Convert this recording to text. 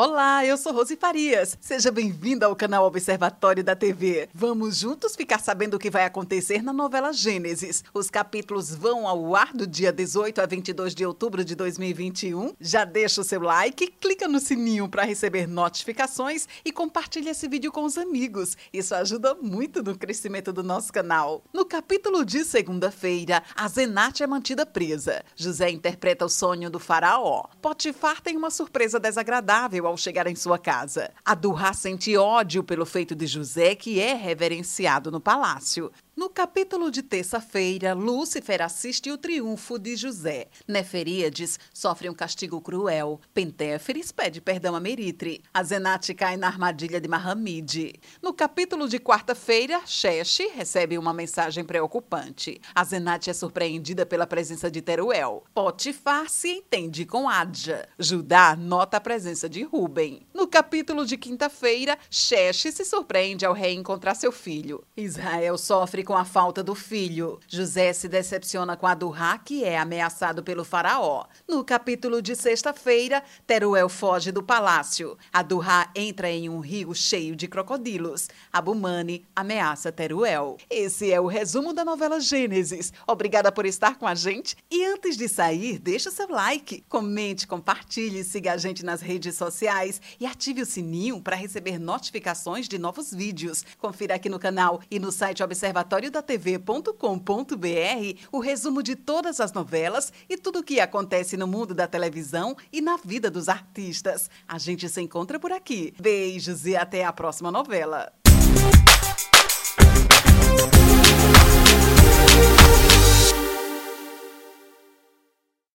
Olá, eu sou Rose Farias. Seja bem-vinda ao canal Observatório da TV. Vamos juntos ficar sabendo o que vai acontecer na novela Gênesis. Os capítulos vão ao ar do dia 18 a 22 de outubro de 2021. Já deixa o seu like, clica no sininho para receber notificações e compartilha esse vídeo com os amigos. Isso ajuda muito no crescimento do nosso canal. No capítulo de segunda-feira, a Zenate é mantida presa. José interpreta o sonho do faraó. Potifar tem uma surpresa desagradável ao chegar em sua casa. Adurra sente ódio pelo feito de José, que é reverenciado no palácio. No capítulo de terça-feira, Lúcifer assiste o triunfo de José. Neferíades sofre um castigo cruel. Pentéferes pede perdão a Meritre. A Zenate cai na armadilha de Mahamide. No capítulo de quarta-feira, Xexe recebe uma mensagem preocupante. A Zenate é surpreendida pela presença de Teruel. Potifar se entende com Adja. Judá nota a presença de Rúben. No capítulo de quinta-feira, Xexe se surpreende ao reencontrar seu filho. Israel sofre com a falta do filho. José se decepciona com Adurra, que é ameaçado pelo faraó. No capítulo de sexta-feira, Teruel foge do palácio. Adurra entra em um rio cheio de crocodilos. Abumane ameaça Teruel. Esse é o resumo da novela Gênesis. Obrigada por estar com a gente. E antes de sair, deixa seu like, comente, compartilhe, siga a gente nas redes sociais e ative o sininho para receber notificações de novos vídeos. Confira aqui no canal e no site observatoriodatv.com.br o resumo de todas as novelas e tudo o que acontece no mundo da televisão e na vida dos artistas. A gente se encontra por aqui. Beijos e até a próxima novela.